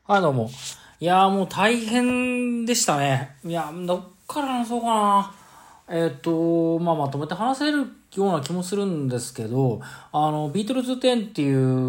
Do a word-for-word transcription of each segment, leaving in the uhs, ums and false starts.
はい、どうも。いやーもう大変でしたね。いや、どっから話そうかな。えっと、まあまとめて話せるような気もするんですけど、あの、ビートルズテンっていう、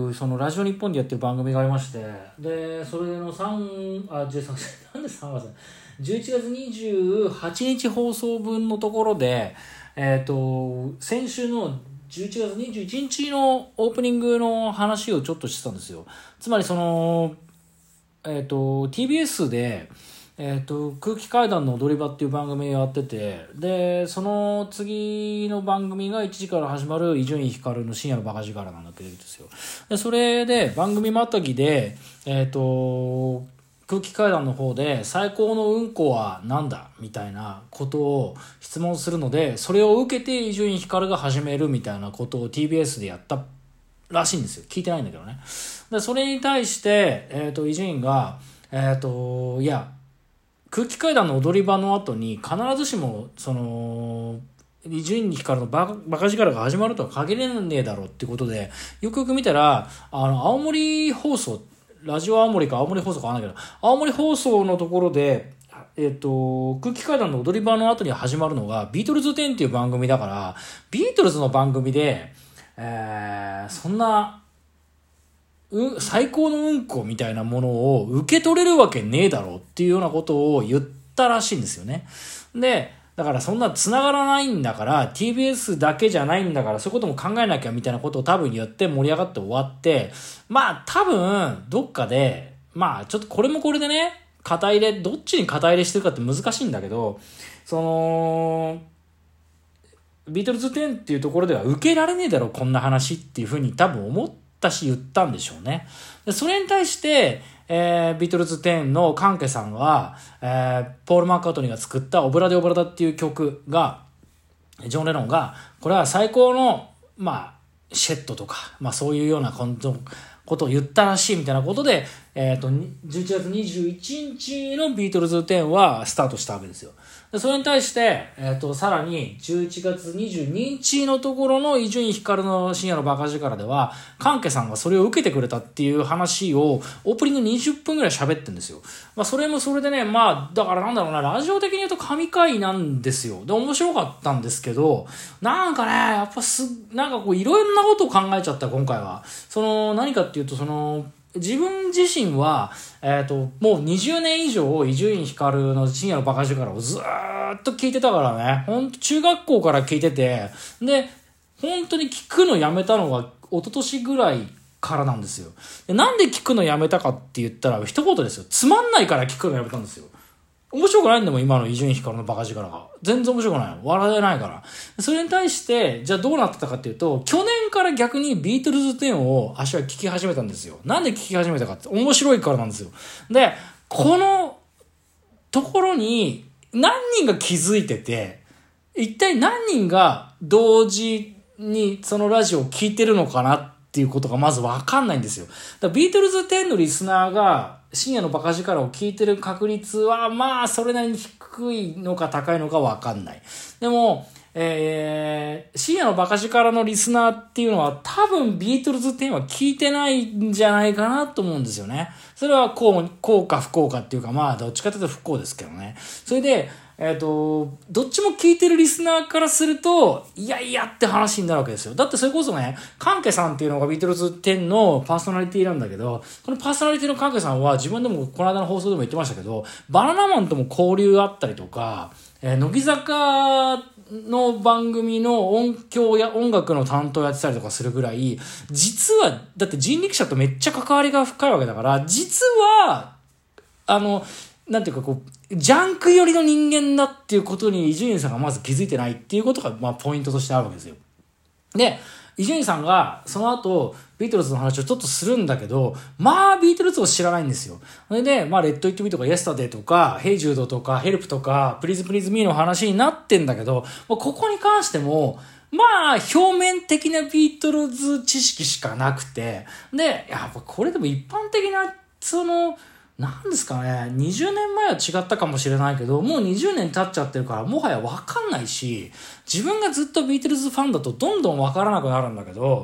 そのラジオ日本でやってる番組がありまして、で、それのさん、あ、じゅうさん、なんでさんがつじゅういちがつにじゅうはちにち放送分のところで、えっと、先週のじゅういちがつにじゅういちにちのオープニングの話をちょっとしてたんですよ。つまりその、えっと、ティービーエス で、えっと、空気階段の踊り場っていう番組をやってて、で、その次の番組がいちじから始まる伊集院光の深夜のバカ力なんだけどですよ。で、それで番組またぎで、えっと、空気階段の方で最高のうんこはなんだみたいなことを質問するので、それを受けて伊集院光が始めるみたいなことを ティービーエス でやったらしいんですよ。聞いてないんだけどね。でそれに対して、えっと、伊集院が、えっと、いや、空気階段の踊り場の後に必ずしも、その、伊集院光のバカバカ力が始まるとは限れねえだろうってことで、よくよく見たら、あの、青森放送、ラジオ青森か青森放送かわかんないけど、青森放送のところで、えっと、空気階段の踊り場の後に始まるのが、ビートルズテンっていう番組だから、ビートルズの番組で、えー、そんな、う最高のうんこみたいなものを受け取れるわけねえだろうっていうようなことを言ったらしいんですよね。で、だからそんな繋がらないんだから ティービーエス だけじゃないんだからそういうことも考えなきゃみたいなことを多分言って盛り上がって終わって、まあ多分どっかで、まあちょっとこれもこれでね、肩入れ、どっちに肩入れしてるかって難しいんだけど、その、ビートルズテンっていうところでは受けられねえだろこんな話っていうふうに多分思ったし言ったんでしょうね。でそれに対して、えー、ビートルズテンのカンケさんは、えー、ポール・マッカートニーが作ったオブラデオブラダっていう曲が、ジョン・レノンがこれは最高のまあシェットとか、まあそういうようなことを言ったらしいみたいなことで、えっと、じゅういちがつにじゅういちにちのビートルズテンはスタートしたわけですよ。でそれに対して、えっと、さらにじゅういちがつにじゅうににちのところの伊集院光の深夜のバカ力では、カンケさんがそれを受けてくれたっていう話をオープニングにじゅっぷんぐらい喋ってるんですよ。まあそれもそれでね、まあだからなんだろうな、ラジオ的に言うと神回なんですよ。で、面白かったんですけど、なんかね、やっぱす、なんかこういろんなことを考えちゃった今回は。その、何かっていうと、その、自分自身は、えっと、もうにじゅうねん以上、伊集院光の深夜のバカ力をずーっと聞いてたからね。ほんと、中学校から聞いてて、で、本当に聞くのやめたのが、一昨年ぐらいからなんですよ。でなんで聞くのやめたかって言ったら、一言ですよ。つまんないから聞くのやめたんですよ。面白くないんだもん、今の伊集院光のバカ力が。全然面白くない。笑えないから。それに対して、じゃあどうなってたかっていうと、去年から逆にビートルズテンを足は聞き始めたんですよ。なんで聞き始めたかって、面白いからなんですよ。で、このところに何人が気づいてて、一体何人が同時にそのラジオを聞いてるのかなっていうことがまずわかんないんですよ。だからビートルズテンのリスナーが深夜のバカ力を聞いてる確率はまあそれなりに低いのか高いのかわかんない。でも、えー、深夜のバカ力のリスナーっていうのは多分ビートルズテンは聞いてないんじゃないかなと思うんですよね。それはこう、幸か不幸かっていうかまあどっちかというと不幸ですけどね。それで、えっと、どっちも聞いてるリスナーからすると、いやいやって話になるわけですよ。だってそれこそね、カンケさんっていうのがビートルズテンのパーソナリティなんだけど、このパーソナリティのカンケさんは自分でもこの間の放送でも言ってましたけど、バナナマンとも交流あったりとか、えー、乃木坂の番組の音響や音楽の担当やってたりとかするぐらい、実は、だって人力車とめっちゃ関わりが深いわけだから、実は、あの、なんていうかこう、ジャンク寄りの人間だっていうことに伊集院さんがまず気づいてないっていうことが、まあポイントとしてあるわけですよ。で、伊集院さんがその後、ビートルズの話をちょっとするんだけど、まあビートルズを知らないんですよ。それで、まあレッド・イット・ビーとかイエスタデーとか、ヘイジュードとか、ヘルプとか、プリーズ・プリーズ・ミーの話になってんだけど、ここに関しても、まあ表面的なビートルズ知識しかなくて、で、やっぱこれでも一般的な、その、なんですかね、にじゅうねんまえは違ったかもしれないけど、もうにじゅうねん経っちゃってるから、もはやわかんないし、自分がずっとビートルズファンだとどんどんわからなくなるんだけど、ち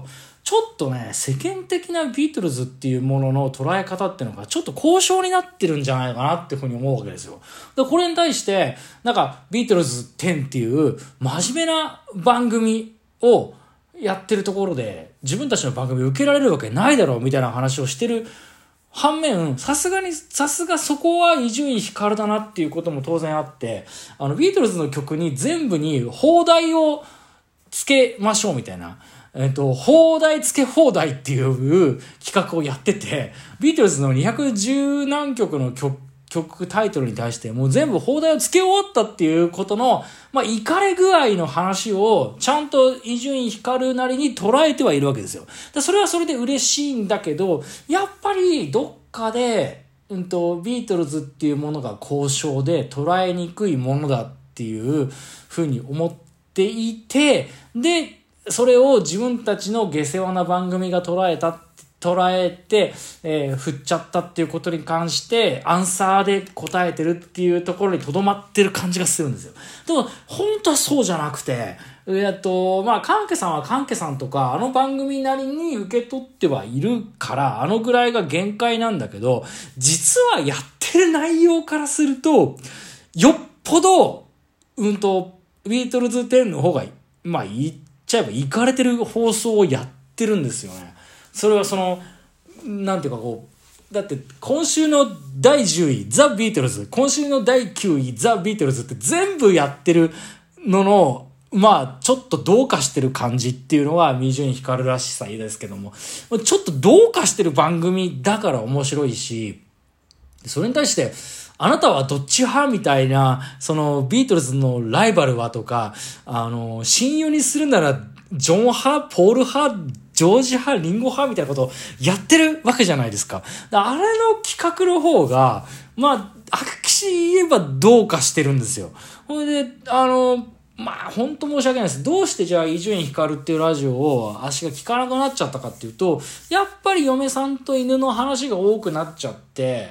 ちょっとね、世間的なビートルズっていうものの捉え方っていうのがちょっと高尚になってるんじゃないかなっていうふうに思うわけですよ。で、これに対して、なんか、ビートルズテンっていう真面目な番組をやってるところで、自分たちの番組を受けられるわけないだろうみたいな話をしてる反面、さすがに、さすがそこは伊集院光だなっていうことも当然あって、あの、ビートルズの曲に全部に邦題をつけましょうみたいな、えっと、邦題つけ放題っていう企画をやってて、ビートルズのにひゃくじゅう何曲の曲、曲タイトルに対してもう全部邦題を付け終わったっていうことの、まあ、イカれ具合の話をちゃんと伊集院光なりに捉えてはいるわけですよ。でそれはそれで嬉しいんだけど、やっぱりどっかで、うんと、ビートルズっていうものが高尚で捉えにくいものだっていうふうに思っていて、で、それを自分たちの下世話な番組が捉えた捉えて、えー、振っちゃったっていうことに関してアンサーで答えてるっていうところに留まってる感じがするんですよ。でも本当はそうじゃなくて、えっとまあカンケさんはカンケさんとかあの番組なりに受け取ってはいるからあのぐらいが限界なんだけど、実はやってる内容からするとよっぽどうんとビートルズテンの方がまあ言っちゃえばイカれてる放送をやってるんですよね。それはそのなんていうかこうだって今週のだいじゅういザ・ビートルズ、今週のだいきゅういザ・ビートルズって全部やってるののまあちょっとどうかしてる感じっていうのは伊集院光らしさですけども、ちょっとどうかしてる番組だから面白いし、それに対してあなたはどっち派みたいな、そのビートルズのライバルはとか、あの親友にするならジョン派、ポール派、ジョージ派、リンゴ派みたいなことをやってるわけじゃないですか。あれの企画の方が、まあ、はっきり言えばどうかしてるんですよ。ほれで、あの、まあ、本当申し訳ないです。どうしてじゃあ、伊集院光っていうラジオを足が聞かなくなっちゃったかっていうと、やっぱり嫁さんと犬の話が多くなっちゃって、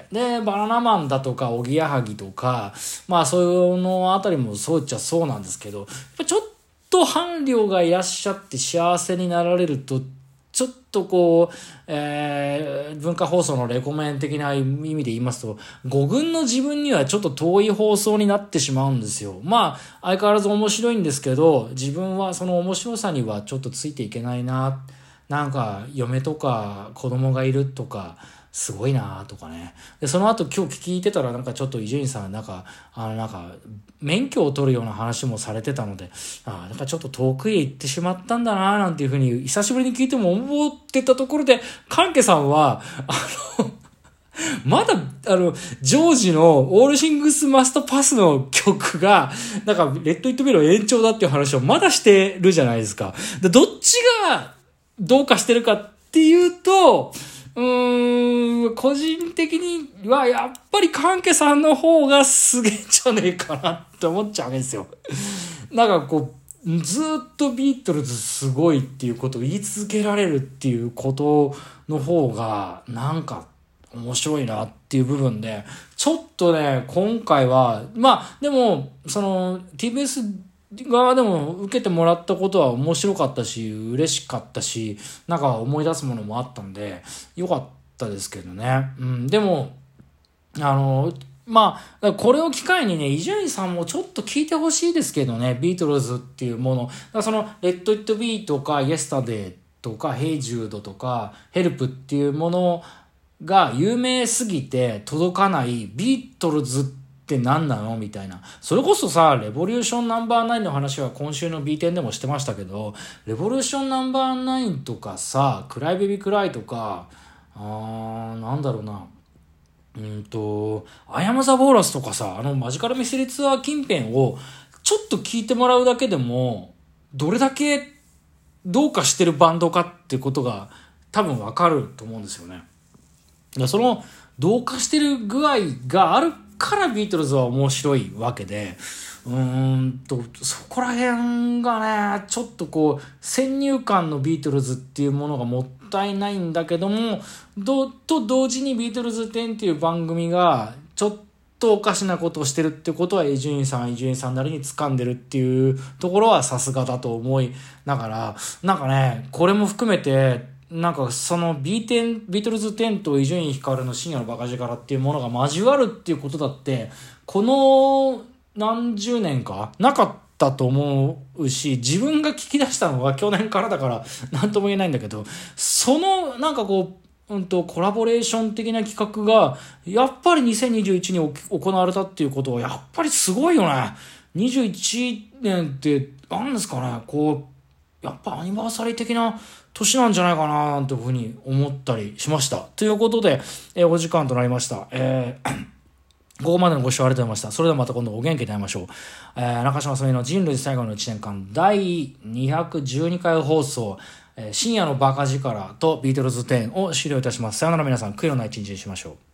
で、バナナマンだとか、おぎやはぎとか、まあ、そういうのあたりもそうっちゃそうなんですけど、やっぱちょっと伴侶がいらっしゃって幸せになられると、ちょっとこう、えー、文化放送のレコメン的な意味で言いますと、五軍の自分にはちょっと遠い放送になってしまうんですよ。まあ、相変わらず面白いんですけど、自分はその面白さにはちょっとついていけないな。なんか、嫁とか子供がいるとか、すごいなとかね。で、その後今日聞いてたらなんかちょっと伊集院さんなんか、あのなんか、免許を取るような話もされてたので、ああ、なんかちょっと遠くへ行ってしまったんだななんていうふうに久しぶりに聞いても思ってたところで、カンケさんは、あの、まだ、あの、ジョージのオールシングスマストパスの曲が、なんか、レッド・イット・ビーの延長だっていう話をまだしてるじゃないですか。で、どっちがどうかしてるかっていうと、うーん、個人的にはやっぱりカンケさんの方がすげえんじゃねえかなって思っちゃうわけですよ。なんかこう、ずっとビートルズすごいっていうことを言い続けられるっていうことの方がなんか面白いなっていう部分で、ちょっとね、今回は、まあでも、その ティービーエス側でも受けてもらったことは面白かったし、嬉しかったし、なんか思い出すものもあったんで、よかったですけどね。うん、でも、あの、まあ、これを機会にね、伊集院さんもちょっと聞いてほしいですけどね、ビートルズっていうもの。だからその、レッド・イット・ビーとか、イエスタデーとか、ヘイ・ジュードとか、ヘルプっていうものが有名すぎて届かないビートルズって何なのみたいな。それこそさ、レボリューションナンバーナインの話は今週の ビーテン でもしてましたけど、レボリューションナンバーナインとかさ、クライベビークライとか、あー、なんだろうな。うんと、アイアムザボーラスとかさ、あのマジカルミステリーツアー近辺をちょっと聞いてもらうだけでも、どれだけどうかしてるバンドかってことが多分わかると思うんですよね。その同化してる具合があるからビートルズは面白いわけで、うーんとそこら辺がねちょっとこう先入観のビートルズっていうものがもったいないんだけども、どと同時にビートルズテンっていう番組がちょっとおかしなことをしてるってことは伊集院さん伊集院さんなりに掴んでるっていうところはさすがだと思いながら、なんかねこれも含めてなんかその ビーテン ビートルズテンと伊集院光の深夜のバカ力っていうものが交わるっていうことだってこの何十年かなかったと思うし、自分が聞き出したのが去年からだから何とも言えないんだけど、そのなんかこううんとコラボレーション的な企画がやっぱりにせんにじゅういちに行われたっていうことはやっぱりすごいよね。にじゅういちねんって何ですかね、こうやっぱアニバーサリー的な年なんじゃないかななんていうふうに思ったりしました。ということで、えー、お時間となりました。えーここまでのご視聴ありがとうございました。それではまた今度お元気で会いましょう。えー、中島すみの人類最後のいちねんかんだいにひゃくじゅうにかい放送、えー、深夜のバカ力とビートルズテンを終了いたします。さよなら皆さん、悔いのない一日にしましょう。